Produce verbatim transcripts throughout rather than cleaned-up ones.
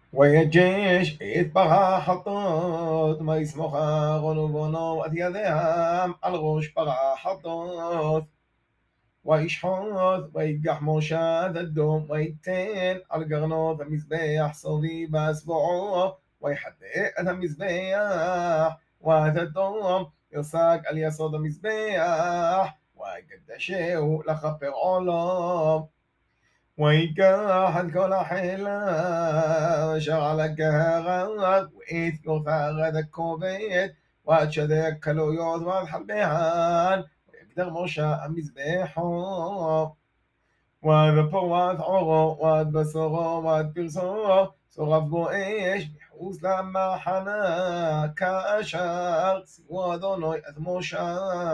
ויג'ש את פרה חטות, ויסמוך אהרון ובנו את ידיהם על ראש פרה חטות. וישחוט ויגח משה עד אדום, ויתן על גרנות המזבח סביב אסבועו, ויחטא את המזבח ואת אדום יושג על יסוד המזבח, ויקדשהו לכפר עולם. ויקח את כל החילה אשר על הגהרת, ואת יותרת הכובד, ואת שדי הכלויות ואת חלביהן, ויגדר משה המזבחו. ואת אפו ואת עורו ואת בשרו ואת פרסו, שורף בו אש מחוץ למחנה, כאשר ציוו אדוני את משה.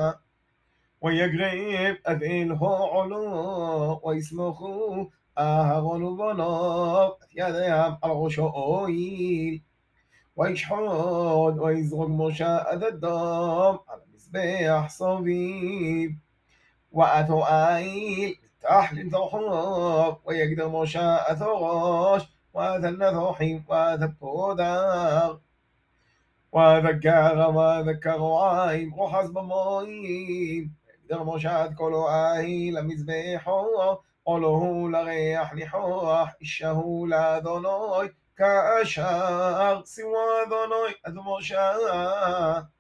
ויגרב את אלהו עולו, ויסמכו אהרון ובנו את ידיהם על ראשו אוהל. וישחוט ויזרוק משה עד אדום על המזבח סביב, ואת האוהל תחת לתוכו, ויגדר משה את הראש ואת הנתוחים ואת הפודר, ואת הכרם ואת הכרועיים רוחס במים. ויגדר משה את כל האוהל למזבחו, עולהו לריח ניחוח, אישהו לאדוני, כאשר ציווה אדוני את משה.